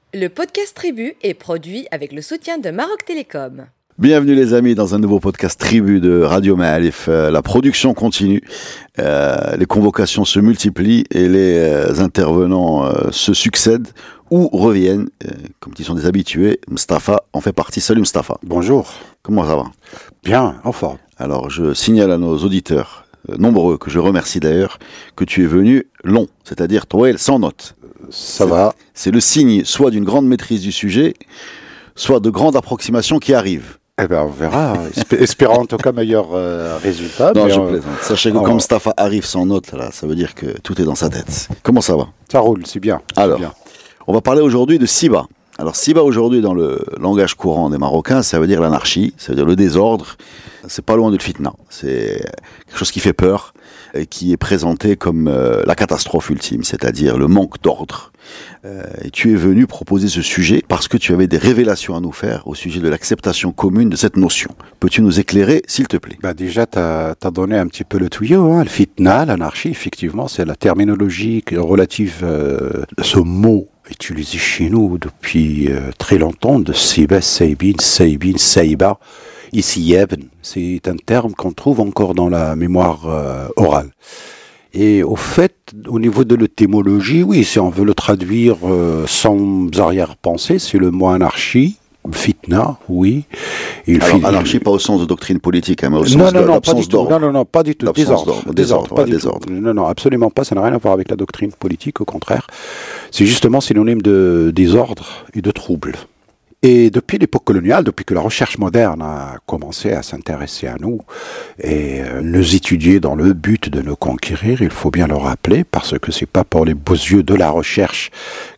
Le podcast Tribu est produit avec le soutien de Maroc Télécom. Bienvenue les amis dans un nouveau podcast Tribu de Radio Maalif. La production continue, les convocations se multiplient et les intervenants se succèdent ou reviennent. Comme ils sont des habitués, Mustapha en fait partie. Salut Mustapha. Bonjour. Comment ça va? Bien, en forme. Alors je signale à nos auditeurs, nombreux, que je remercie d'ailleurs, que tu es venu long, c'est-à-dire toi sans note. Ça va. C'est le signe soit d'une grande maîtrise du sujet, soit de grandes approximations qui arrivent. Eh bien, on verra. Espérons en tout cas meilleur résultat. Non, je plaisante. Sachez que comme Mustapha arrive sans note, là, ça veut dire que tout est dans sa tête. Comment ça va? Ça roule, c'est bien. Alors, bien. On va parler aujourd'hui de Siba. Alors, Siba aujourd'hui, dans le langage courant des Marocains, ça veut dire l'anarchie, ça veut dire le désordre. C'est pas loin de le fitna. C'est quelque chose qui fait peur et qui est présenté comme la catastrophe ultime, c'est-à-dire le manque d'ordre. Et tu es venu proposer ce sujet parce que tu avais des révélations à nous faire au sujet de l'acceptation commune de cette notion. Peux-tu nous éclairer, s'il te plaît? Déjà, tu as donné un petit peu le tuyau. Le fitna, l'anarchie, effectivement, c'est la terminologie relative à ce mot utilisé chez nous depuis très longtemps, de Siba, Saibin, Saiba, ici Yebn. C'est un terme qu'on trouve encore dans la mémoire orale. Et au fait, au niveau de l'étymologie, oui, si on veut le traduire sans arrière-pensée, c'est le mot anarchie, fitna, oui. Alors, anarchie, pas au sens de doctrine politique, mais au sens de l'absence d'ordre. Non, pas du tout. Désordre. Non, absolument pas. Ça n'a rien à voir avec la doctrine politique, au contraire. C'est justement synonyme de désordre et de trouble. Et depuis l'époque coloniale, depuis que la recherche moderne a commencé à s'intéresser à nous et nous étudier dans le but de nous conquérir, il faut bien le rappeler, parce que c'est pas pour les beaux yeux de la recherche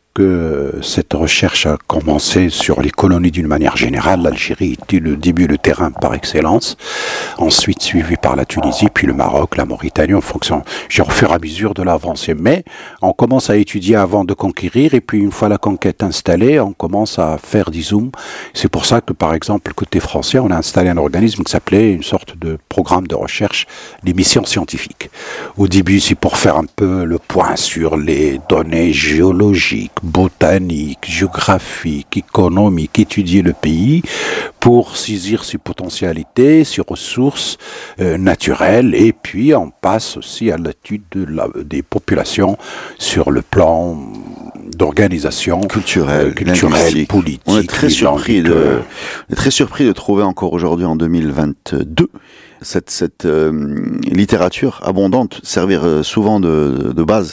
que cette recherche a commencé sur les colonies d'une manière générale. L'Algérie était le début, le terrain par excellence. Ensuite, suivi par la Tunisie, puis le Maroc, la Mauritanie, en fonction, au fur et à mesure de l'avancée. Mais on commence à étudier avant de conquérir, et puis une fois la conquête installée, on commence à faire des zooms. C'est pour ça que, par exemple, côté français, on a installé un organisme qui s'appelait une sorte de programme de recherche, les missions scientifiques. Au début, c'est pour faire un peu le point sur les données géologiques, botanique, géographique, économique, étudier le pays pour saisir ses potentialités, ses ressources naturelles, et puis on passe aussi à l'étude des populations sur le plan d'organisation culturelle, politique. On est très surpris de trouver encore aujourd'hui en 2022 cette littérature abondante servir souvent de base.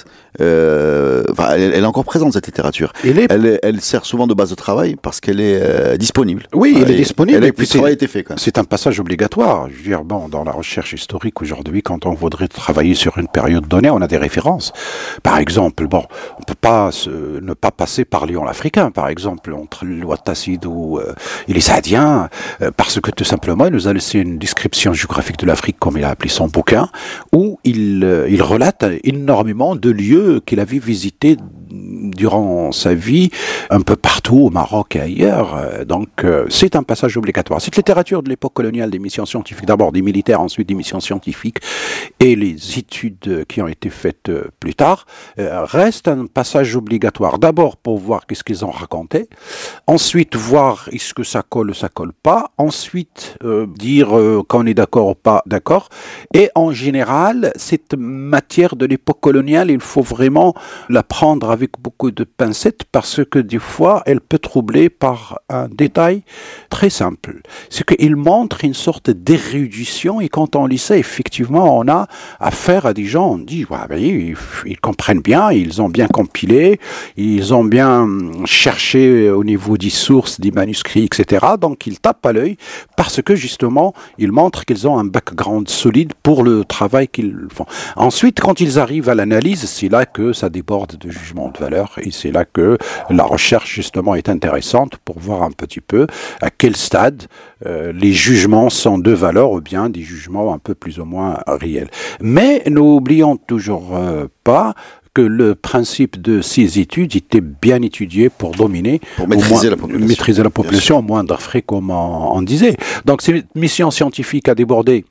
Elle est encore présente, cette littérature. Elle sert souvent de base de travail parce qu'elle est disponible. Oui, elle est disponible. Et puis le travail a été fait, quand même. C'est un passage obligatoire. Je veux dire, dans la recherche historique aujourd'hui, quand on voudrait travailler sur une période donnée, on a des références. Par exemple, on peut pas ne pas passer par Léon l'Africain, par exemple, entre l'Ouattacide et les Saadiens, parce que tout simplement, il nous a laissé une description géographique de l'Afrique, comme il a appelé son bouquin, où il relate énormément de lieux qu'il avait visités durant sa vie, un peu partout au Maroc et ailleurs. Donc, c'est un passage obligatoire. Cette littérature de l'époque coloniale des missions scientifiques, d'abord des militaires, ensuite des missions scientifiques, et les études qui ont été faites plus tard, reste un passage obligatoire. D'abord, pour voir qu'est-ce qu'ils ont raconté. Ensuite, voir est-ce que ça colle ou ça colle pas. Ensuite, dire qu'on est d'accord ou pas d'accord. Et en général, cette matière de l'époque coloniale, il faut vraiment la prendre avec beaucoup de pincettes, parce que des fois, elle peut troubler par un détail très simple. C'est qu'il montre une sorte d'érudition, et quand on lit ça, effectivement, on a affaire à des gens, on dit, ils comprennent bien, ils ont bien compilé, ils ont bien cherché au niveau des sources, des manuscrits, etc. Donc, ils tapent à l'œil, parce que justement, ils montrent qu'ils ont un background solide pour le travail qu'ils font. Ensuite, quand ils arrivent à l'analyse, c'est là que ça déborde de jugement de valeur, et c'est là que la recherche justement est intéressante pour voir un petit peu à quel stade les jugements sont de valeur, ou bien des jugements un peu plus ou moins réels. Mais n'oublions toujours pas que le principe de ces études était bien étudié pour dominer, pour maîtriser la population au moindre frais, comme on disait. Donc cette mission scientifique a débordé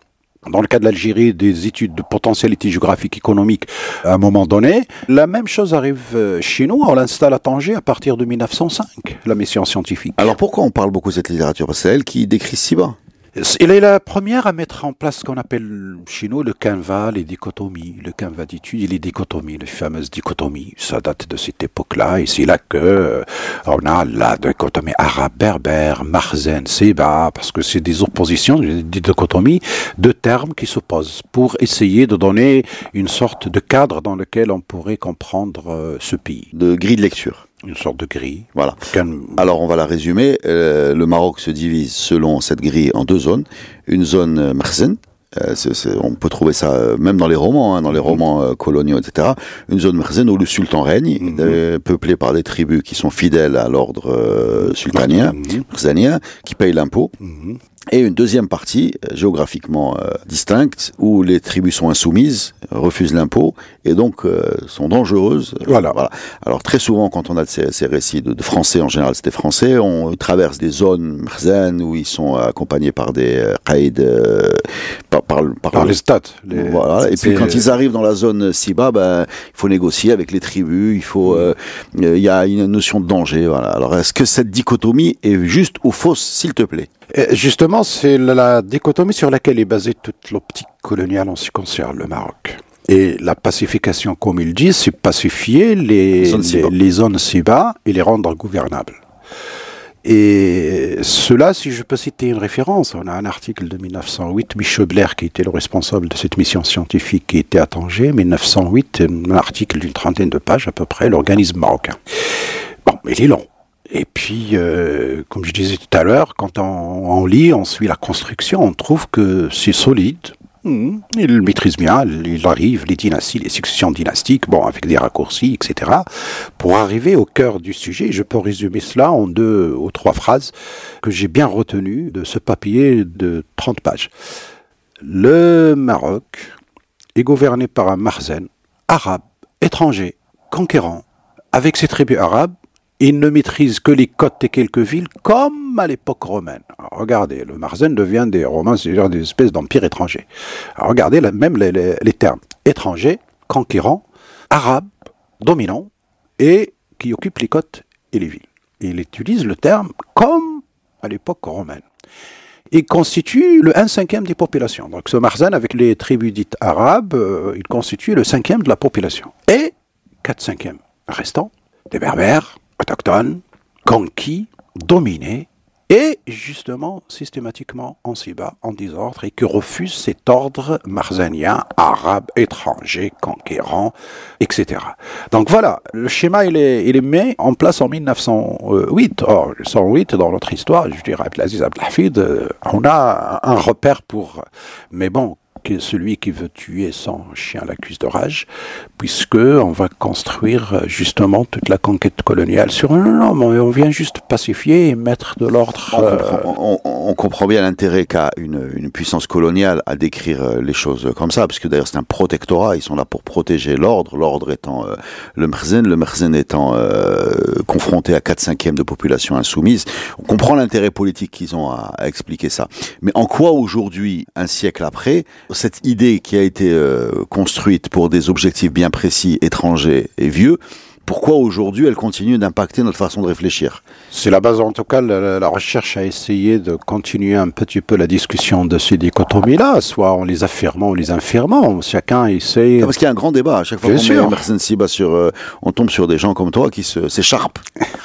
dans le cas de l'Algérie, des études de potentialité géographique économique à un moment donné. La même chose arrive chez nous, on l'installe à Tanger à partir de 1905, la mission scientifique. Alors pourquoi on parle beaucoup de cette littérature? Parce que c'est elle qui décrit Siba. Elle est la première à mettre en place ce qu'on appelle chez nous le canevas, les dichotomies, le canevas d'études et les dichotomies, les fameuses dichotomies. Ça date de cette époque-là, et c'est là que on a la dichotomie arabe-berbère, Marzen-Siba, parce que c'est des oppositions, des dichotomies de termes qui s'opposent pour essayer de donner une sorte de cadre dans lequel on pourrait comprendre ce pays. De grille de lecture. Une sorte de grille. Voilà. Alors on va la résumer. Le Maroc se divise selon cette grille en 2 zones. Une zone Merzen, on peut trouver ça même dans les romans, dans les romans coloniaux, etc. Une zone Merzen où le sultan règne, peuplé par des tribus qui sont fidèles à l'ordre sultanien, merzanien, qui payent l'impôt. Et une deuxième partie, géographiquement distincte, où les tribus sont insoumises, refusent l'impôt, et donc sont dangereuses. Voilà. Alors très souvent, quand on a ces récits de Français, en général c'était Français, on traverse des zones merzen où ils sont accompagnés par des qaïds, par les stats. Voilà. Et puis quand ils arrivent dans la zone Siba, il faut négocier avec les tribus, il y a une notion de danger. Voilà. Alors est-ce que cette dichotomie est juste ou fausse, s'il te plaît? Justement, c'est la dichotomie sur laquelle est basée toute l'optique coloniale en ce qui concerne le Maroc. Et la pacification, comme ils disent, c'est pacifier les zones Siba et les rendre gouvernables. Et cela, si je peux citer une référence, on a un article de 1908, Michebler, qui était le responsable de cette mission scientifique qui était à Tanger, 1908, un article d'une 30aine de pages à peu près, l'organisme marocain. Bon, il est long. Et puis, comme je disais tout à l'heure, quand on lit, on suit la construction, on trouve que c'est solide. Il maîtrise bien, il arrive, les dynasties, les successions dynastiques, avec des raccourcis, etc. Pour arriver au cœur du sujet, je peux résumer cela en 2 ou 3 phrases que j'ai bien retenues de ce papier de 30 pages. Le Maroc est gouverné par un marzen arabe, étranger, conquérant, avec ses tribus arabes. Il ne maîtrise que les côtes et quelques villes, comme à l'époque romaine. Alors, regardez, le Marzen devient des Romains, c'est-à-dire des espèces d'empires étrangers. Alors, regardez même les termes étrangers, conquérants, arabes, dominants, et qui occupent les côtes et les villes. Et il utilise le terme comme à l'époque romaine. Il constitue le 1/5 des populations. Donc ce Marzen, avec les tribus dites arabes, il constitue le 5e de la population. Et 4/5 restants, des berbères, autochtones, conquis, dominés, et justement systématiquement en Siba, en désordre, et qui refusent cet ordre marzanien, arabe, étranger, conquérant, etc. Donc voilà, le schéma il est mis en place en 1908. Or, 1908, dans notre histoire, je dirais Abdelaziz Abdelhafid, on a un repère pour... Mais bon, que celui qui veut tuer son chien l'accuse de rage, puisque on va construire justement toute la conquête coloniale sur un homme. On vient juste pacifier et mettre de l'ordre. On comprend bien l'intérêt qu'a une puissance coloniale à décrire les choses comme ça, parce que d'ailleurs c'est un protectorat, ils sont là pour protéger l'ordre étant le Merzen étant confronté à 4/5 de population insoumise. On comprend l'intérêt politique qu'ils ont à expliquer ça. Mais en quoi aujourd'hui, un siècle après, cette idée qui a été construite pour des objectifs bien précis, étrangers et vieux, pourquoi aujourd'hui elle continue d'impacter notre façon de réfléchir? C'est la base, en tout cas, la recherche a essayé de continuer un petit peu la discussion de ces dichotomies-là, soit en les affirmant ou les infirmant. Chacun essaie... Parce qu'il y a un grand débat. À chaque fois qu'on met Merzen Siba on tombe sur des gens comme toi qui s'écharpent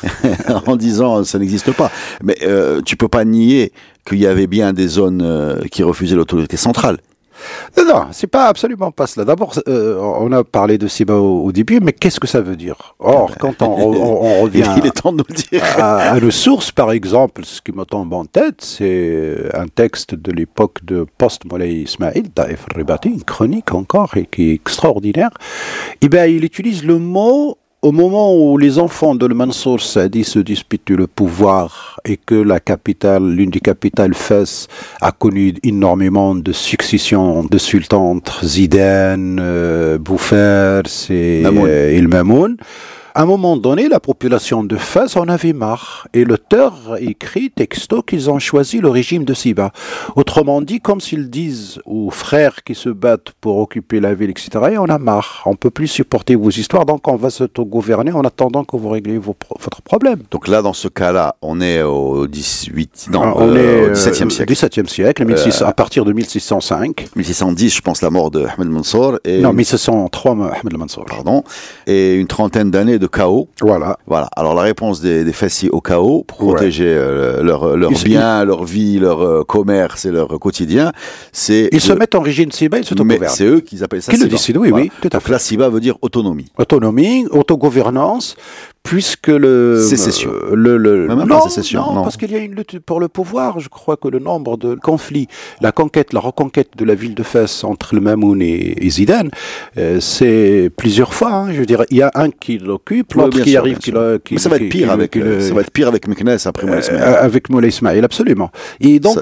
en disant ça n'existe pas. Mais tu peux pas nier qu'il y avait bien des zones qui refusaient l'autorité centrale. Non, c'est pas absolument pas cela. D'abord, on a parlé de Siba au début, mais qu'est-ce que ça veut dire? Or, quand on revient il est temps de nous le dire. à nos sources, par exemple, ce qui me tombe en tête, c'est un texte de l'époque de Post-Moulay Ismail, Daif Ribati, une chronique encore, et qui est extraordinaire. Eh bien, il utilise le mot au moment où les enfants de Mansour Sadi se disputent le pouvoir et que l'une des capitales Fès a connu énormément de successions de sultans entre Zidane, Bouffers et le Mamoun, À un moment donné, la population de Fès en avait marre. Et l'auteur écrit texto qu'ils ont choisi le régime de Siba. Autrement dit, comme s'ils disent aux frères qui se battent pour occuper la ville, etc., et on a marre. On ne peut plus supporter vos histoires, donc on va s'autogouverner en attendant que vous réglez votre problème. Donc là, dans ce cas-là, on est au 17e siècle. 17e siècle, à partir de 1605. 1610, je pense, la mort de Ahmed Mansour. Non, 1603, Ahmed Mansour. Pardon. Et une trentaine d'années de chaos. Voilà. Alors la réponse des Fessi au chaos, pour protéger leurs biens, leur vie, leur commerce et leur quotidien, c'est... Ils se mettent en régime Siba, ils s'autogouvernent. Mais c'est eux qui appellent ça Siba. Qui le décident, oui, tout à fait. Donc là, Siba veut dire autonomie. Autonomie, autogouvernance, puisque sécession. Non, parce qu'il y a une lutte pour le pouvoir. Je crois que le nombre de conflits, la reconquête de la ville de Fès entre le Mamoun et Zidane, c'est plusieurs fois. Hein. Je veux dire, il y a un qui l'occupe, l'autre qui arrive, mais ça va être pire avec Meknes après Moulay Ismail. Avec Moulay Ismail, absolument. Et donc,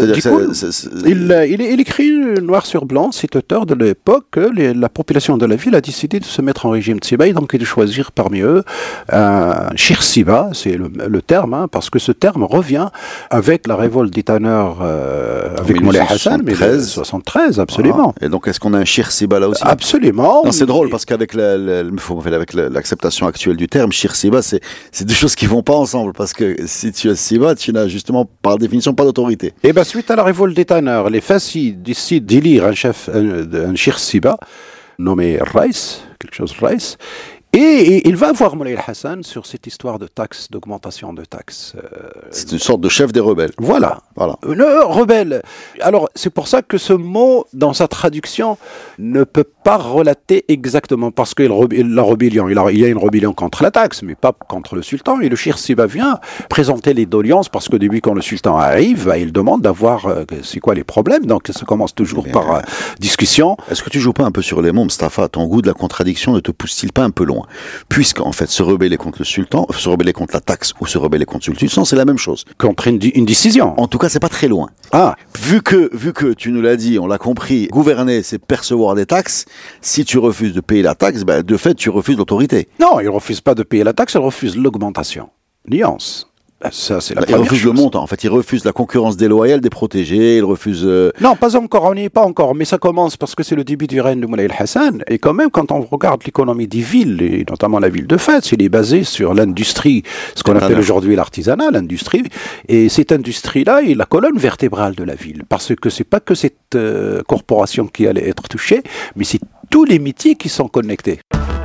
il écrit noir sur blanc, cet auteur de l'époque, que la population de la ville a décidé de se mettre en régime Siba, et donc de choisir parmi eux Shir Siba, c'est le terme, hein, parce que ce terme revient avec la révolte des tanneurs avec Moulay Hassan, mais 73, absolument. Et donc, est-ce qu'on a un Shir Siba là aussi? Absolument. Non, c'est drôle parce qu'avec l'acceptation actuelle du terme, Shir Siba, c'est deux choses qui vont pas ensemble, parce que si tu as Siba, tu n'as justement par définition pas d'autorité. Et bien, suite à la révolte des tanneurs, les Fassis décident d'élire un Shir Siba nommé Raïs, quelque chose Raïs. Et il va voir Moulay Hassan sur cette histoire de taxes, d'augmentation de taxes. C'est une sorte de chef des rebelles. Voilà. Le rebelle. Alors, c'est pour ça que ce mot, dans sa traduction, ne peut pas relater exactement, parce que la rébellion, il y a une rébellion contre la taxe, mais pas contre le sultan. Et le Shir Siba vient présenter les doléances, parce que début, quand le sultan arrive, il demande d'avoir, c'est quoi les problèmes. Donc, ça commence toujours par discussion. Est-ce que tu joues pas un peu sur les mots, Mustapha? Ton goût de la contradiction ne te pousse-t-il pas un peu loin? Puisqu'en fait, se rebeller contre le sultan, se rebeller contre la taxe ou se rebeller contre le sultan, c'est la même chose. Contre une décision. En tout cas, c'est pas très loin. Ah. Vu que tu nous l'as dit, on l'a compris, gouverner, c'est percevoir des taxes. Si tu refuses de payer la taxe, de fait, tu refuses l'autorité. Non, il refuse pas de payer la taxe, il refuse l'augmentation. Nuance. Ça, c'est la première chose. Il refuse le montant. En fait, il refuse la concurrence déloyale des protégés. Il refuse. Non, pas encore. On n'y est pas encore. Mais ça commence parce que c'est le début du règne de Moulay Hassan. Et quand même, quand on regarde l'économie des villes, et notamment la ville de Fès, il est basé sur l'industrie, ce qu'on appelle aujourd'hui l'artisanat, l'industrie. Et cette industrie-là est la colonne vertébrale de la ville. Parce que c'est pas que cette corporation qui allait être touchée, mais c'est tous les métiers qui sont connectés.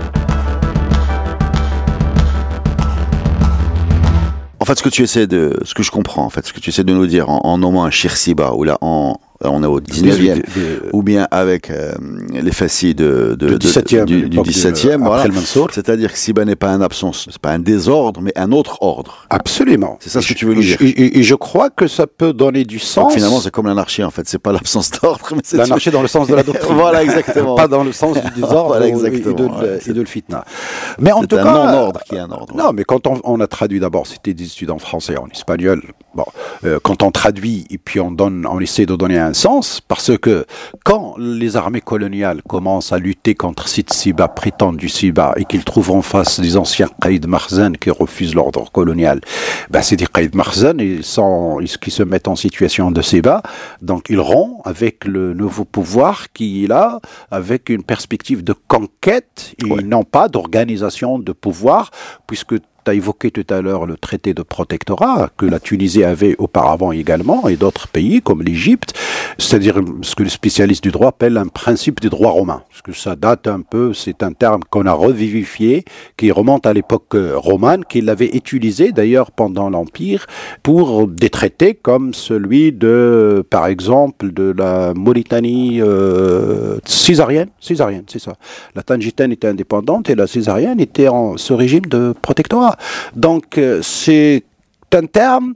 En fait, ce que je comprends, ce que tu essaies de nous dire en nommant un Shir Siba, ou là, on est au 19e, ou bien avec les Fassis du 17e, voilà. C'est-à-dire que Siba n'est pas une absence, c'est pas un désordre, mais un autre ordre. Absolument. C'est ça ce que tu veux nous dire. Et je crois que ça peut donner du sens. Donc finalement, c'est comme l'anarchie, en fait. C'est pas l'absence d'ordre, mais c'est l'anarchie dans le sens de la doctrine. Voilà, exactement. Pas dans le sens du désordre voilà, et de le fitna. Mais en tout cas, c'est un non-ordre qui est un ordre. Non, mais quand on a traduit d'abord, c'était des études en français et en espagnol. Bon, quand on traduit et puis on essaie de donner un sens, parce que quand les armées coloniales commencent à lutter contre cette Siba, prétendu Siba, et qu'ils trouvent en face des anciens Qaïd Makhzen qui refusent l'ordre colonial, c'est des Qaïd Makhzen qui se mettent en situation de Siba, donc ils rompent avec le nouveau pouvoir qui est là, avec une perspective de conquête, et non pas d'organisation de pouvoir, puisque tu as évoqué tout à l'heure le traité de protectorat que la Tunisie avait auparavant également, et d'autres pays comme l'Égypte, c'est-à-dire ce que les spécialistes du droit appellent un principe du droit romain. Parce que ça date un peu, c'est un terme qu'on a revivifié, qui remonte à l'époque romane, qu'il avait utilisé d'ailleurs pendant l'Empire pour des traités comme celui de, par exemple, de la Mauritanie césarienne, c'est ça. La Tangitaine était indépendante et la césarienne était en ce régime de protectorat. Donc, c'est un terme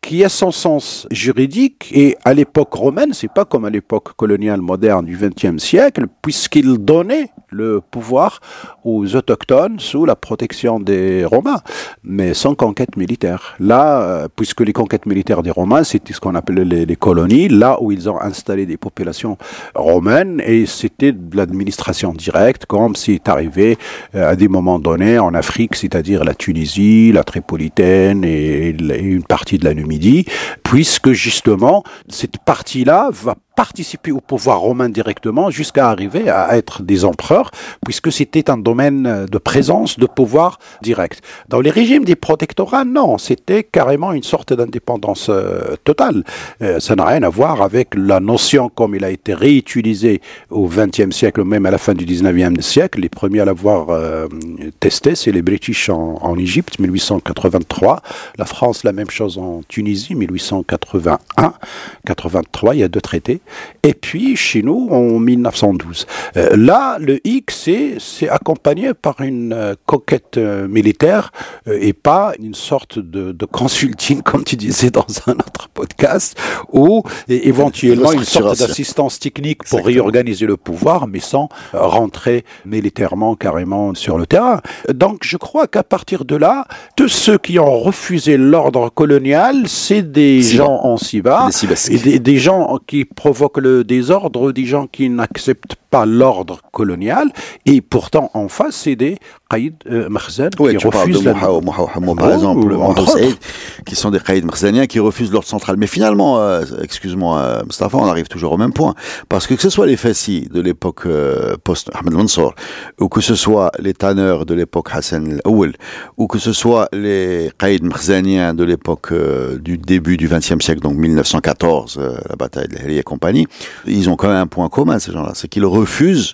qui a son sens juridique, et à l'époque romaine, c'est pas comme à l'époque coloniale moderne du XXe siècle, puisqu'il donnait le pouvoir aux autochtones sous la protection des Romains, mais sans conquête militaire. Là, puisque les conquêtes militaires des Romains, c'était ce qu'on appelait les colonies, là où ils ont installé des populations romaines, et c'était de l'administration directe, comme c'est arrivé à des moments donnés en Afrique, c'est-à-dire la Tunisie, la Tripolitaine et une partie de la Numidie, puisque justement, cette partie-là va participer au pouvoir romain directement jusqu'à arriver à être des empereurs, puisque c'était un domaine de présence, de pouvoir direct. Dans les régimes des protectorats, non, c'était carrément une sorte d'indépendance totale. Ça n'a rien à voir avec la notion comme il a été réutilisé au XXe siècle, même à la fin du XIXe siècle. Les premiers à l'avoir testé, c'est les British en Égypte, 1883. La France, la même chose en Tunisie, 1881, 83, il y a 2 traités. Et puis, chez nous, en 1912. Là, le X, c'est accompagné par une conquête militaire et pas une sorte de consulting, comme tu disais dans un autre podcast, ou éventuellement une sorte d'assistance technique pour réorganiser le pouvoir, mais sans rentrer militairement carrément sur le terrain. Donc, je crois qu'à partir de là, tous ceux qui ont refusé l'ordre colonial, c'est des gens en Siba, et des gens qui provoquent le désordre, des gens qui n'acceptent pas l'ordre colonial, et pourtant en face c'est des qaïd makhzen qui refusent par exemple, qui sont des qaïd makhzaniens qui refusent l'ordre central. Mais finalement, excuse-moi Mustafa, on arrive toujours au même point, parce que ce soit les Fassi de l'époque post-Ahmed Mansour, ou que ce soit les tanneurs de l'époque Hassan al-Awwal, ou que ce soit les qaïd makhzaniens de l'époque du début du XXe siècle, donc 1914, la bataille de l'Ahli et compagnie, ils ont quand même un point commun, ces gens-là, c'est qu'ils refusent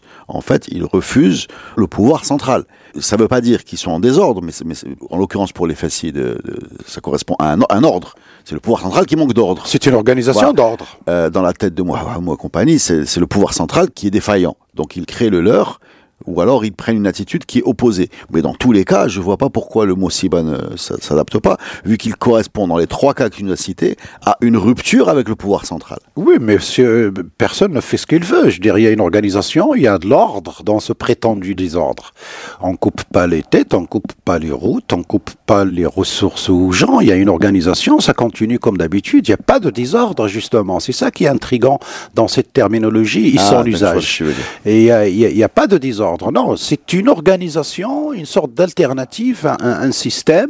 le pouvoir central. Ça ne veut pas dire qu'ils sont en désordre, mais en l'occurrence pour les Fassi, ça correspond à un ordre. C'est le pouvoir central qui manque d'ordre. C'est une organisation d'ordre. Dans la tête de Mouhamou et compagnie, c'est le pouvoir central qui est défaillant. Donc ils créent le leur, ou alors ils prennent une attitude qui est opposée. Mais dans tous les cas, je vois pas pourquoi le mot Siba ne s'adapte pas, vu qu'il correspond dans les 3 cas que tu nous as cités à une rupture avec le pouvoir central. Oui, mais personne ne fait ce qu'il veut. Je dirais, il y a une organisation, il y a de l'ordre dans ce prétendu désordre. On coupe pas les têtes, on coupe pas les routes, on coupe pas les ressources aux gens. Il y a une organisation, ça continue comme d'habitude. Il n'y a pas de désordre, justement. C'est ça qui est intriguant dans cette terminologie et son usage. Et il n'y a pas de désordre. Non, c'est une organisation, une sorte d'alternative à un système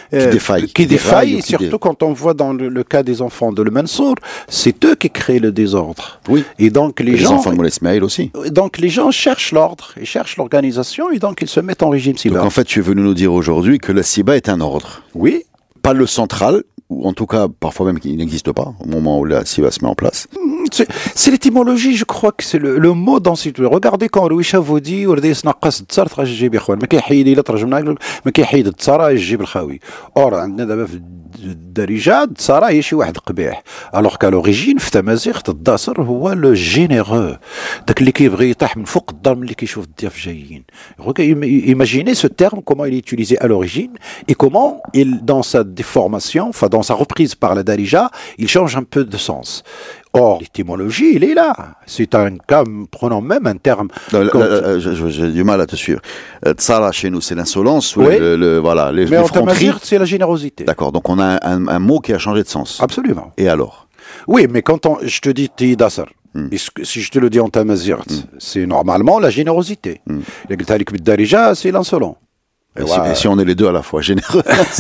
qui défaille, et surtout quand on voit dans le cas des enfants de Le Mansour, c'est eux qui créent le désordre. Oui. Et donc les enfants de Moulay Ismaïl aussi. Donc les gens cherchent l'ordre, ils cherchent l'organisation, et donc ils se mettent en régime Siba. Donc en fait, tu es venu nous dire aujourd'hui que la Siba est un ordre. Oui. Pas le central, ou en tout cas, parfois même qu'il n'existe pas, au moment où la Siba se met en place. C'est l'étymologie, je crois que c'est le mot dans cette... Regardez quand Louis Chavot dit ورديس نقص التصار تخرج جيب يا اخوان ما كيحيد الا ترجمنا ما كيحيد التصار يجيب الخاوي. اور عندنا دابا في الدارجه التصار هي شي واحد قبيح. alors qu'à l'origine في تمازيغ الداصر هو لو جينيرو داك اللي كيبغي يطيح من فوق الدار ملي كيشوف الضياف جايين. Imaginez ce terme, comment il est utilisé à l'origine et comment il, dans sa déformation, enfin dans sa reprise par la Darija, il change un peu de sens. Or, l'étymologie, il est là. C'est un cas, prenons même un terme... J'ai du mal à te suivre. Tsara, chez nous, c'est l'insolence. Oui. Voilà, les mais en tamazigh, c'est la générosité. D'accord, donc on a un mot qui a changé de sens. Absolument. Et alors? Oui, mais quand je te dis Tidasar, si je te le dis en tamazigh, c'est normalement la générosité. Le Gtalik Biddarija, c'est l'insolent. Et si on est les deux à la fois, généreux.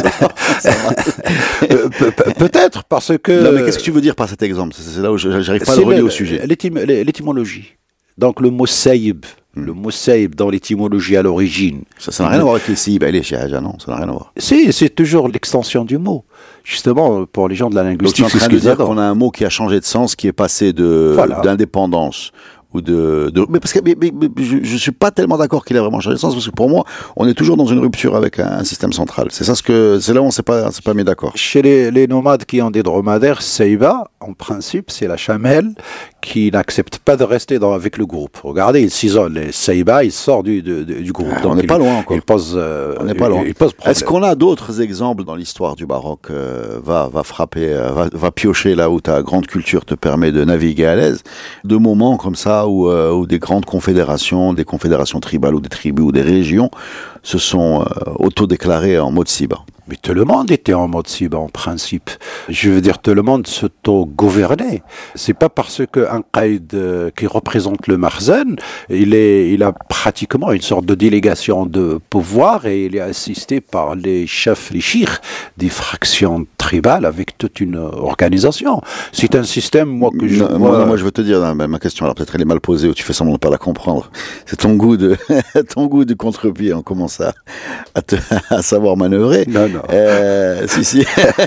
Peut-être, parce que... Non, mais qu'est-ce que tu veux dire par cet exemple? C'est là où j'arrive pas à le relier au sujet. L'étymologie. Donc le mot saïb, le mot saïb dans l'étymologie à l'origine. Ça n'a rien à voir avec les saïb, allez, chez Haja, non, ça n'a rien à voir. C'est toujours l'extension du mot. Justement, pour les gens de la linguistique, c'est ce que dire qu'on a un mot qui a changé de sens, qui est passé d'indépendance. Mais parce que je suis pas tellement d'accord qu'il ait vraiment changé de sens, parce que pour moi, on est toujours dans une rupture avec un système central. C'est là où on s'est pas mis d'accord. Chez les nomades qui ont des dromadaires, Seiba, en principe, c'est la chamelle qui n'accepte pas de rester avec le groupe. Regardez, il s'isole. Et Saïba, il sort du groupe. Donc on n'est pas loin encore. On n'est pas loin. Il pose problème. Est-ce qu'on a d'autres exemples dans l'histoire du Maroc? Va frapper, va piocher là où ta grande culture te permet de naviguer à l'aise. De moments comme ça où des grandes confédérations, des confédérations tribales ou des tribus ou des régions se sont autodéclarées en mode Siba. Mais tout le monde était en mode Siba en principe. Je veux dire, tout le monde s'auto-gouvernait. C'est pas parce qu'un qaïd qui représente le Makhzen, il a pratiquement une sorte de délégation de pouvoir et il est assisté par les chefs, les chirs des fractions tribales avec toute une organisation. C'est un système, moi, que je vois... Moi, je veux te dire, ma question, alors peut-être elle est mal posée ou tu fais semblant de pas la comprendre. C'est ton goût de contre-pied. On commence à savoir manœuvrer. Non. Si.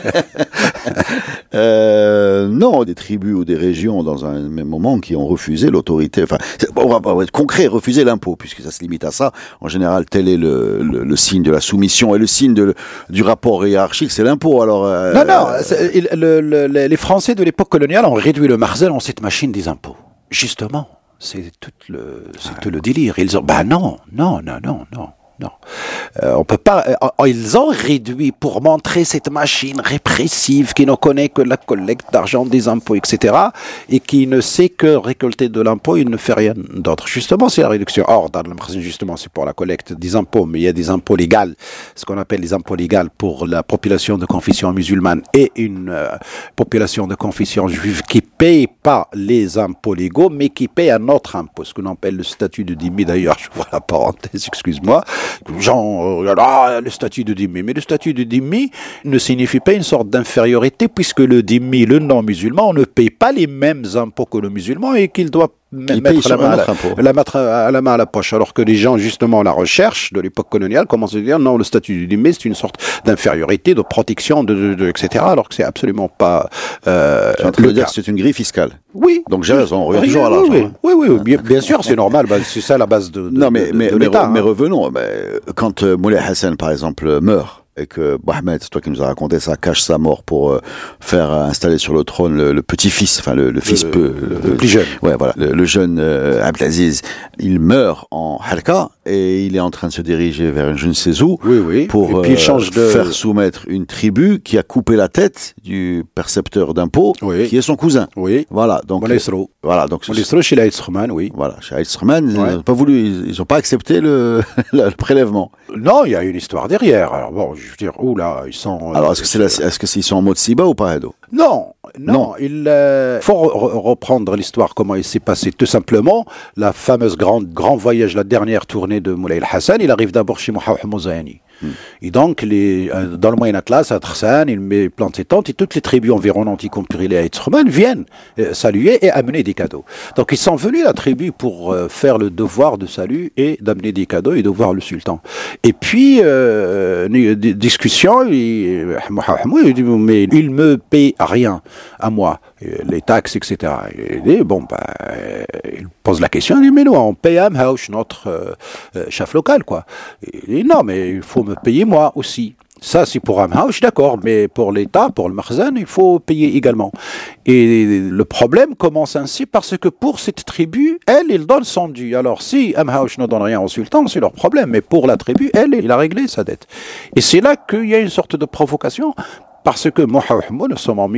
Non, des tribus ou des régions dans un même moment qui ont refusé l'autorité. Enfin, on va être concret, refuser l'impôt, puisque ça se limite à ça. En général, tel est le signe de la soumission et le signe du rapport hiérarchique, c'est l'impôt. Alors, les Français de l'époque coloniale ont réduit le Makhzen en cette machine des impôts. Justement, c'est tout le délire. Ils ont, non. On peut pas. Ils ont réduit pour montrer cette machine répressive qui ne connaît que la collecte d'argent des impôts, etc., et qui ne sait que récolter de l'impôt. Il ne fait rien d'autre. Justement, c'est la réduction. Or, dans le Makhzen, justement, c'est pour la collecte des impôts, mais il y a des impôts légaux, ce qu'on appelle les impôts légaux pour la population de confession musulmane et une population de confession juive qui paye pas les impôts légaux, mais qui paye un autre impôt, ce qu'on appelle le statut de dhimmi. D'ailleurs, je vois la parenthèse, excuse-moi. Le statut de dhimmi. Mais le statut de dhimmi ne signifie pas une sorte d'infériorité, puisque le dhimmi, le non-musulman, ne paye pas les mêmes impôts que le musulman et qu'il doit mettre la main à la poche. Alors que les gens, justement, la recherche de l'époque coloniale commencent à dire non, le statut du dhimmi, c'est une sorte d'infériorité, de protection, etc. Alors que c'est absolument pas. Tu es en train de dire que c'est une grille fiscale. Oui. Donc j'ai raison, on revient toujours à l'argent. Oui, bien sûr, c'est normal. C'est ça la base de l'État. Mais revenons. Quand Moulay Hassan, par exemple, meurt, et que Mohamed, c'est toi qui nous as raconté ça, cache sa mort pour faire installer sur le trône le petit-fils, enfin le fils le plus jeune. Ouais, voilà, le jeune Abdelaziz. Il meurt en Halka et il est en train de se diriger vers je ne sais où pour faire soumettre une tribu qui a coupé la tête du percepteur d'impôts, qui est son cousin. Oui. Voilà. Donc Moulay chez l'Aïd Srman, oui. Voilà, chez l'Aïd Srman, ils n'ont pas voulu, ils n'ont pas accepté le prélèvement. Non, il y a une histoire derrière. Alors bon, je veux dire, ils sont... Alors, est-ce qu'ils sont en mode Siba ou pas, Edo? Non. Il faut reprendre l'histoire, comment il s'est passé. Tout simplement, la fameuse grand voyage, la dernière tournée de Moulay Hassan, il arrive d'abord chez Mohamed Mouzayani. Et donc, dans le Moyen Atlas, à Trassan, il plante ses tentes et toutes les tribus environnantes, y compris les Haït-Srman, viennent saluer et amener des cadeaux. Donc, ils sont venus, la tribu, pour faire le devoir de salut et d'amener des cadeaux et de voir le sultan. Et puis, discussion, Mohamed, il dit, mais il me paye rien à moi, les taxes, etc. Il dit, il pose la question, il dit, mais nous, on paye à Amhaouch, notre chef local, quoi. Il dit, non, mais il faut me payer moi aussi. Ça, c'est pour Amhaouch, d'accord, mais pour l'État, pour le Makhzen, il faut payer également. Et le problème commence ainsi parce que pour cette tribu, il donne son dû. Alors, si Amhaouch ne donne rien au sultan, c'est leur problème, mais pour la tribu, il a réglé sa dette. Et c'est là qu'il y a une sorte de provocation. Parce que Mohamed, nous sommes en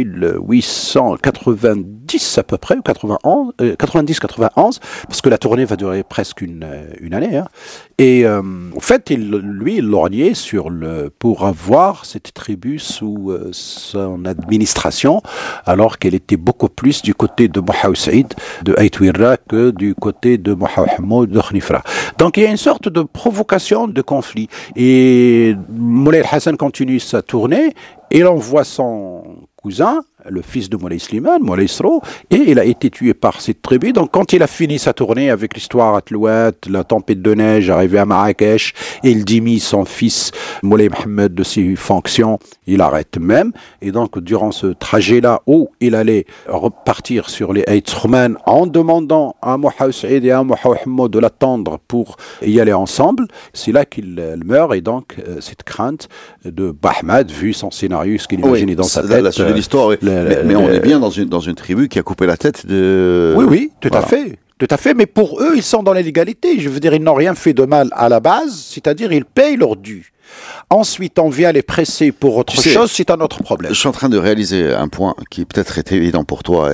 1890 à peu près, ou 90-91, parce que la tournée va durer presque une année. Hein. Et en fait, il lorgnait pour avoir cette tribu sous son administration, alors qu'elle était beaucoup plus du côté de Mohamed Saïd, de Aïtouira, que du côté de Mohamed de Khnifra. Donc il y a une sorte de provocation, de conflit. Et Moulay Hassan continue sa tournée, et il envoie son cousin, le fils de Moulay Slimane, Moulay Isro, et il a été tué par cette tribu. Donc quand il a fini sa tournée avec l'histoire à Tlouat, la tempête de neige, arrivé à Marrakech, et il démit son fils Moulay Mohamed de ses fonctions, il arrête même. Et donc durant ce trajet-là où il allait repartir sur les Haït Srman en demandant à Mohamed Saïd et à Mohamed de l'attendre pour y aller ensemble, c'est là qu'il meurt. Et donc cette crainte de Bahmad, vu son scénario, ce qu'il imaginait dans sa tête, la suite de l'histoire, Mais on est bien dans une tribu qui a coupé la tête de... Oui, tout à fait. Tout à fait, mais pour eux, ils sont dans la légalité. Je veux dire, ils n'ont rien fait de mal à la base, c'est-à-dire ils payent leur dû. Ensuite, on vient les presser pour autre chose, c'est un autre problème. Je suis en train de réaliser un point qui peut-être est évident pour toi,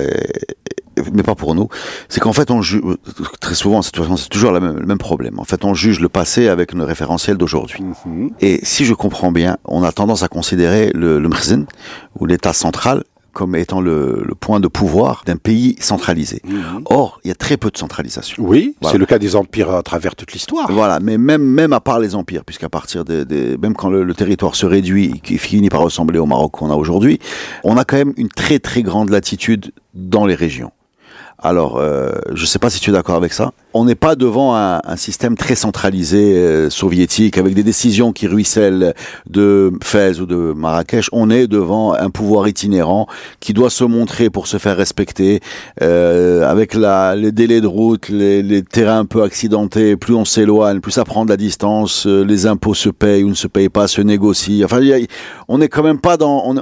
mais pas pour nous. C'est qu'en fait, on juge, très souvent, c'est toujours le même problème. En fait, on juge le passé avec le référentiel d'aujourd'hui. Mm-hmm. Et si je comprends bien, on a tendance à considérer le Mkhzen, ou l'État central, comme étant le point de pouvoir d'un pays centralisé. Mmh. Or, il y a très peu de centralisation. Oui, voilà. C'est le cas des empires à travers toute l'histoire. Voilà, mais même à part les empires, puisqu'à partir même quand le territoire se réduit, qui finit par ressembler au Maroc qu'on a aujourd'hui, on a quand même une très très grande latitude dans les régions. Alors, je ne sais pas si tu es d'accord avec ça. On n'est pas devant un système très centralisé soviétique avec des décisions qui ruissellent de Fès ou de Marrakech. On est devant un pouvoir itinérant qui doit se montrer pour se faire respecter avec les délais de route, les terrains un peu accidentés. Plus on s'éloigne, plus ça prend de la distance. Les impôts se payent ou ne se payent pas, se négocient. Enfin, on est quand même pas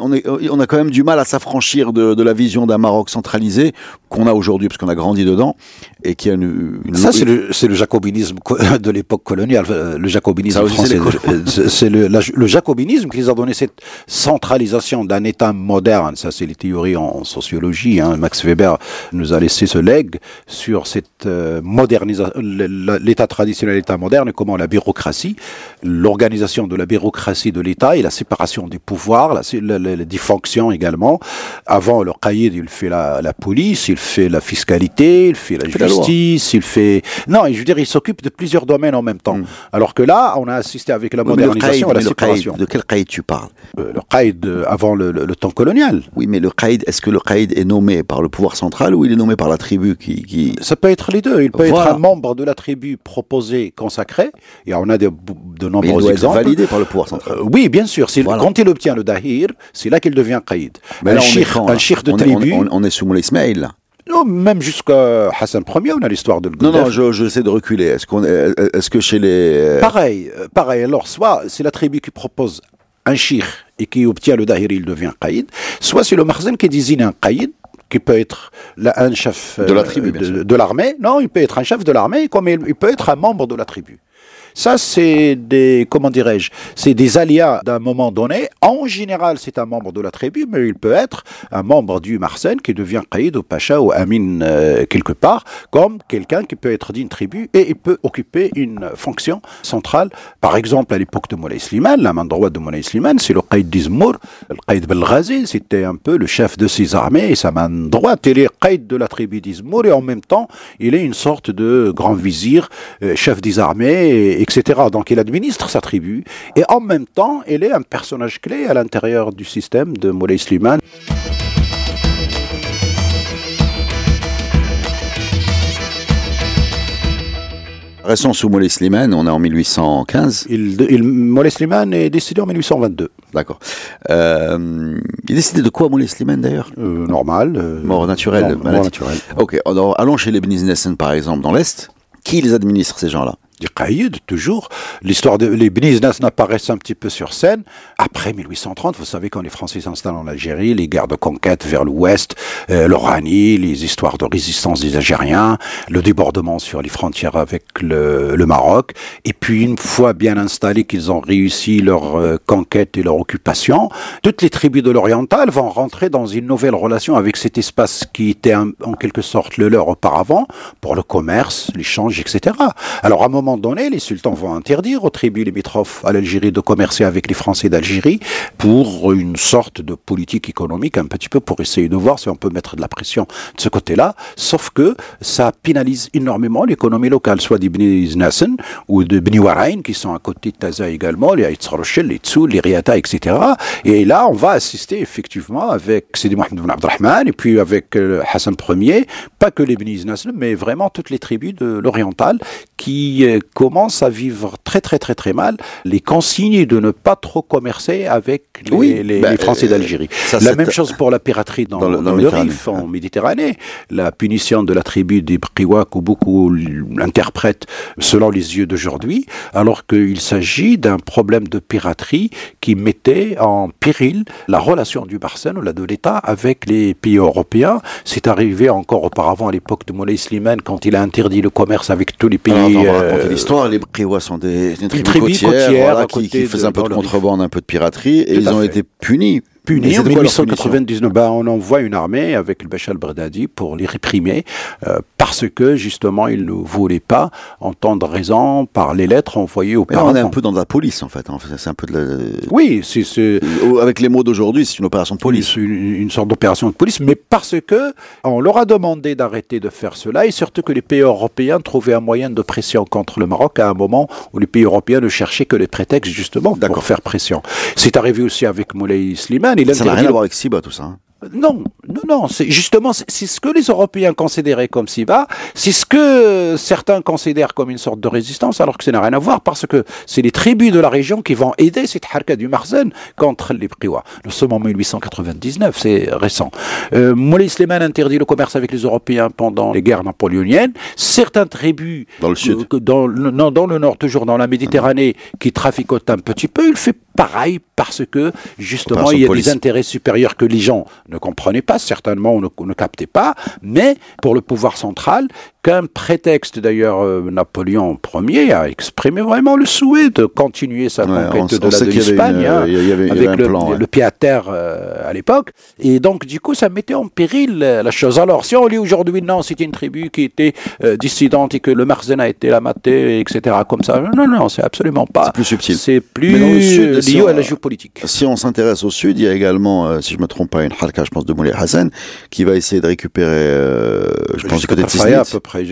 on a quand même du mal à s'affranchir de la vision d'un Maroc centralisé qu'on a aujourd'hui parce qu'on a grandi dedans et qui a ça c'est le jacobinisme de l'époque coloniale, le jacobinisme français. C'est le jacobinisme qui les a donné cette centralisation d'un État moderne. Ça c'est les théories en sociologie. Max Weber nous a laissé ce legs sur cette modernisation, l'État traditionnel, l'État moderne, et comment la bureaucratie, l'organisation de la bureaucratie de l'État et la séparation des pouvoirs, les fonctions également. Avant, le caïd, il fait la police, il fait la fiscalité, il fait la justice, il fait... Non, je veux dire, il s'occupe de plusieurs domaines en même temps. Alors que là, on a assisté avec la modernisation à la séparation. De quel caïd tu parles? Le caïd avant le temps colonial. Oui, mais est-ce que le caïd est nommé par le pouvoir central ou il est nommé par la tribu qui... Ça peut être les deux. Il peut être un membre de la tribu proposé, consacré, et on a de nombreux exemples. Il doit être validé par le pouvoir central. Oui, bien sûr. Quand il obtient le dahir, c'est là qu'il devient caïd. Un shir de tribu... On est sous Moulay Ismaïl, là. Non, même jusqu'à Hassan Ier, on a l'histoire de Godef. Non, j'essaie de reculer. Est-ce que chez les... Pareil. Alors, soit c'est la tribu qui propose un shir et qui obtient le dahir, il devient caïd, soit c'est le Mkhzen qui désigne un caïd, qui peut être un chef de la tribu, de l'armée. Non, il peut être un chef de l'armée, comme il peut être un membre de la tribu. Ça, c'est c'est des alias d'un moment donné. En général, c'est un membre de la tribu, mais il peut être un membre du Marsen qui devient caïd ou pacha ou amin quelque part, comme quelqu'un qui peut être d'une tribu et il peut occuper une fonction centrale. Par exemple, à l'époque de Moulay Slimane, la main droite de Moulay Slimane, c'est le caïd d'Izmour, le caïd Belghazi, c'était un peu le chef de ses armées et sa main droite, il est caïd de la tribu d'Izmour et en même temps, il est une sorte de grand vizir, chef des armées, etc. Donc il administre sa tribu et en même temps il est un personnage clé à l'intérieur du système de Moulay Slimane. Restons sous Moulay Slimane, on est en 1815. Moulay Slimane est décédé en 1822. D'accord. Il est décédé de quoi Moulay Slimane d'ailleurs? Normal. Mort naturelle. Mort naturelle. Ok, alors allons chez les Beni Znessen par exemple dans l'Est. Qui les administre ces gens-là? Des caïds, toujours. L'histoire les Beni Znessen apparaissent un petit peu sur scène. Après 1830, vous savez, quand les Français s'installent en Algérie, les guerres de conquête vers l'ouest, l'Oranie, les histoires de résistance des Algériens, le débordement sur les frontières avec le Maroc. Et puis, une fois bien installés qu'ils ont réussi leur conquête et leur occupation, toutes les tribus de l'Oriental vont rentrer dans une nouvelle relation avec cet espace qui était en quelque sorte le leur auparavant, pour le commerce, l'échange, etc. Alors, à un moment donné, les sultans vont interdire aux tribus limitrophes à l'Algérie de commercer avec les Français d'Algérie pour une sorte de politique économique, un petit peu pour essayer de voir si on peut mettre de la pression de ce côté-là, sauf que ça pénalise énormément l'économie locale, soit des Beni Znessen ou de Beni Warain, qui sont à côté de Taza également, les Aïtz Rochel, les Tsoul, les Riata, etc. Et là, on va assister effectivement avec Sidi Mohamed Ben Abdelrahman et puis avec Hassan Ier, pas que les Beni Znessen, mais vraiment toutes les tribus de l'Oriental qui commence à vivre très très très très mal les consignes de ne pas trop commercer avec les Français d'Algérie. La même chose pour la piraterie dans le Rif, en Méditerranée. La punition de la tribu des Briouak, que beaucoup l'interprètent selon les yeux d'aujourd'hui, alors qu'il s'agit d'un problème de piraterie qui mettait en péril la relation du Barsen, ou de l'État, avec les pays européens. C'est arrivé encore auparavant à l'époque de Moulay Slimane, quand il a interdit le commerce avec tous les pays. Alors, on va raconter l'histoire. Les Briouak sont une tribu côtière qui faisaient un peu de contrebande, un peu de piraterie, et ils ont été punis. En 1899, on envoie une armée avec le Bachar al-Baghdadi pour les réprimer parce que justement ils ne voulaient pas entendre raison par les lettres envoyées auparavant. On est un peu dans de la police en fait. C'est un peu de la... Oui, c'est avec les mots d'aujourd'hui, c'est une opération de police. Une sorte d'opération de police, mais parce que on leur a demandé d'arrêter de faire cela, et surtout que les pays européens trouvaient un moyen de pression contre le Maroc à un moment où les pays européens ne cherchaient que les prétextes justement pour faire pression. C'est arrivé aussi avec Moulay Slimane. Ça n'a rien à voir avec Siba, tout ça. Hein. Non, c'est justement, c'est ce que les Européens considéraient comme Siba, c'est ce que certains considèrent comme une sorte de résistance, alors que ça n'a rien à voir, parce que c'est les tribus de la région qui vont aider cette harka du Marzen contre les Briouak. Nous sommes en 1899, c'est récent. Moulay Slimane interdit le commerce avec les Européens pendant les guerres napoléoniennes. Certaines tribus dans le sud, dans le nord, toujours dans la Méditerranée, qui traficotent un petit peu, il fait pareil parce que justement il y a des intérêts supérieurs que les gens ne comprenaient pas, certainement ne captaient pas, mais pour le pouvoir central, qu'un prétexte d'ailleurs, Napoléon Ier a exprimé vraiment le souhait de continuer sa conquête de l'Espagne, avec le pied à terre à l'époque, et donc du coup ça mettait en péril la chose. Alors si on lit aujourd'hui, non, c'était une tribu qui était dissidente et que le Marzen a été lamaté, etc., comme ça, non, c'est absolument pas. C'est plus subtil. C'est plus lié à la géopolitique. Si on s'intéresse au sud, il y a également, si je ne me trompe pas, une harka, je pense, de Moulay Hassan, qui va essayer de récupérer, je pense, du côté de Tisnit. À peu près,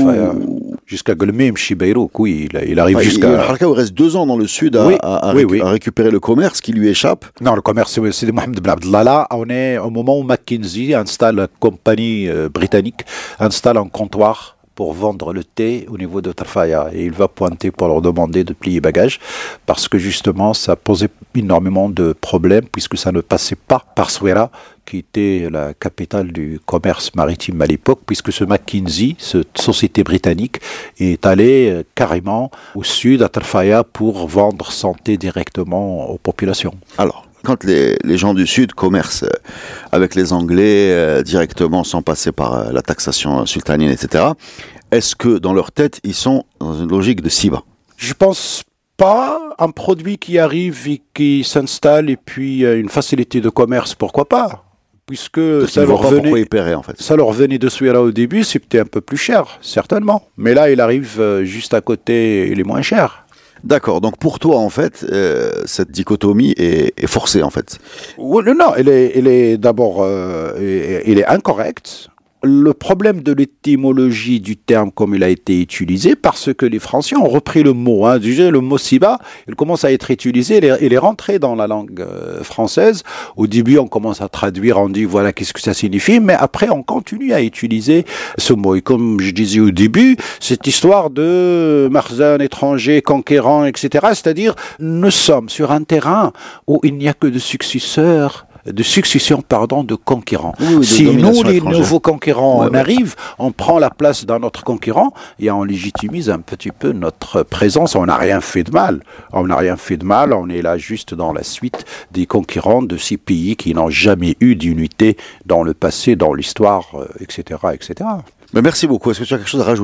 jusqu'à Golmim, Chibeiro, oui, il arrive jusqu'à... Il y a une harka où il reste 2 ans dans le sud à récupérer le commerce qui lui échappe. Non, le commerce, c'est de Mohamed Ben Abdallah. Là, on est au moment où McKinsey installe, la compagnie britannique, installe un comptoir pour vendre le thé au niveau de Tarfaya, et il va pointer pour leur demander de plier bagages parce que justement ça posait énormément de problèmes puisque ça ne passait pas par Souera qui était la capitale du commerce maritime à l'époque, puisque ce McKinsey, cette société britannique, est allé carrément au sud à Tarfaya pour vendre son thé directement aux populations. Alors, quand les gens du Sud commercent avec les Anglais directement sans passer par la taxation sultanienne, etc., est-ce que dans leur tête, ils sont dans une logique de Siba ? Je pense pas. Un produit qui arrive et qui s'installe et puis une facilité de commerce, pourquoi pas ? Puisque ça leur venait, en fait. Ça leur venait de Souera au début, c'était un peu plus cher, certainement. Mais là, il arrive juste à côté, il est moins cher. D'accord, donc pour toi, en fait, cette dichotomie est forcée, en fait. Non, elle est d'abord elle est incorrecte. Le problème de l'étymologie du terme comme il a été utilisé, parce que les Français ont repris le mot. Le mot Siba, il commence à être utilisé, il est rentré dans la langue française. Au début, on commence à traduire, on dit voilà qu'est-ce que ça signifie, mais après, on continue à utiliser ce mot. Et comme je disais au début, cette histoire de Marzen étranger, conquérant, etc., c'est-à-dire, nous sommes sur un terrain où il n'y a que de succession de conquérants. Oui, si nous, les nouveaux conquérants, on arrive, on prend la place d'un autre conquérant et on légitimise un petit peu notre présence. On n'a rien fait de mal. On est là juste dans la suite des conquérants de ces pays qui n'ont jamais eu d'unité dans le passé, dans l'histoire, etc., etc. Mais merci beaucoup. Est-ce que tu as quelque chose à rajouter ?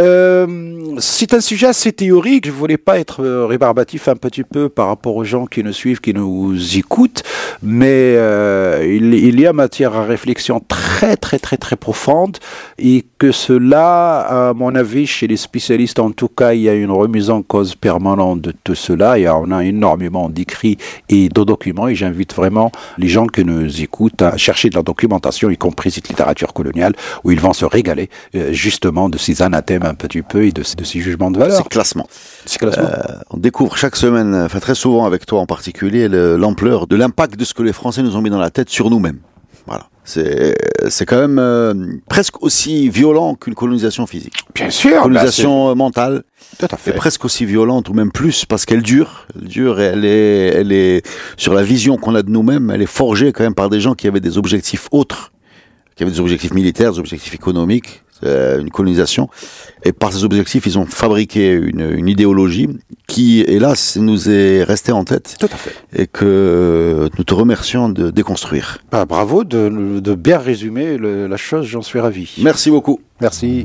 C'est un sujet assez théorique. Je voulais pas être rébarbatif un petit peu par rapport aux gens qui nous suivent, qui nous écoutent, mais il y a matière à réflexion très très très très profonde, et que cela, à mon avis, chez les spécialistes en tout cas, il y a une remise en cause permanente de tout cela, et on a énormément d'écrits et de documents, et j'invite vraiment les gens qui nous écoutent à chercher de la documentation, y compris cette littérature coloniale, où ils vont se régaler justement de ces anathèmes un petit peu et de ces jugements de valeur. C'est classement. On découvre chaque semaine, très souvent avec toi en particulier, l'ampleur de l'impact de ce que les Français nous ont mis dans la tête sur nous-mêmes. Voilà. C'est quand même presque aussi violent qu'une colonisation physique. Bien sûr. Une colonisation mentale. Tout à fait. Est presque aussi violente ou même plus parce qu'elle dure. Elle dure et elle est sur la vision qu'on a de nous-mêmes. Elle est forgée quand même par des gens qui avaient des objectifs autres, qui avaient des objectifs militaires, des objectifs économiques, une colonisation. Et par ces objectifs, ils ont fabriqué une idéologie qui, hélas, nous est restée en tête. Tout à fait. Et que nous te remercions de déconstruire. Bravo de bien résumer la chose, j'en suis ravi. Merci beaucoup. Merci.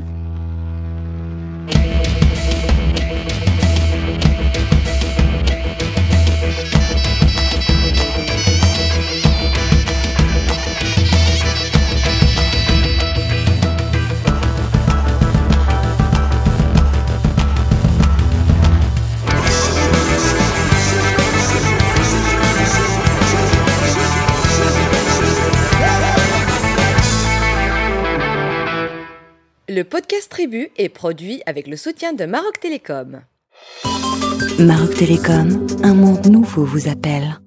Le podcast Tribu est produit avec le soutien de Maroc Télécom. Maroc Télécom, un monde nouveau vous appelle.